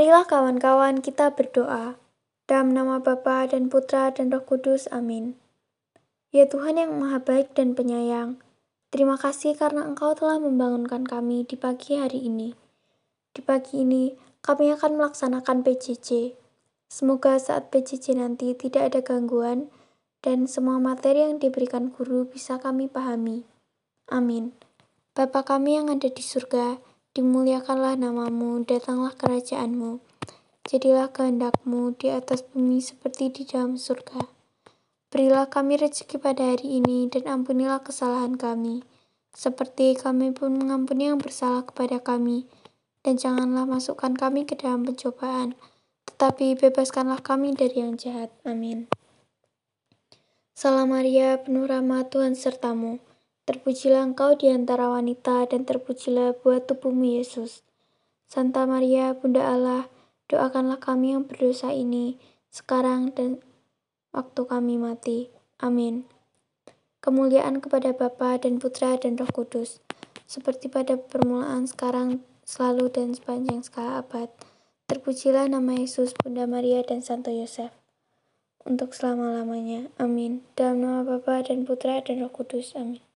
Marilah kawan-kawan kita berdoa. Dalam nama Bapa dan Putra dan Roh Kudus, amin. Ya Tuhan yang maha baik dan penyayang, terima kasih karena Engkau telah membangunkan kami di pagi hari ini. Di pagi ini, kami akan melaksanakan PJJ. Semoga saat PJJ nanti tidak ada gangguan dan semua materi yang diberikan guru bisa kami pahami. Amin. Bapa kami yang ada di surga, dimuliakanlah namamu, datanglah kerajaan-Mu. Jadilah kehendak-Mu di atas bumi seperti di dalam surga. Berilah kami rezeki pada hari ini dan ampunilah kesalahan kami, seperti kami pun mengampuni yang bersalah kepada kami. Dan janganlah masukkan kami ke dalam pencobaan, tetapi bebaskanlah kami dari yang jahat. Amin. Salam Maria, penuh rahmat, Tuhan sertamu. Terpujilah engkau di antara wanita, dan terpujilah buah tubuhmu, Yesus. Santa Maria, Bunda Allah, doakanlah kami yang berdosa ini, sekarang dan waktu kami mati. Amin. Kemuliaan kepada Bapa dan Putra dan Roh Kudus, seperti pada permulaan, sekarang, selalu, dan sepanjang segala abad. Terpujilah nama Yesus, Bunda Maria, dan Santo Yosef, untuk selama-lamanya. Amin. Dalam nama Bapa dan Putra dan Roh Kudus. Amin.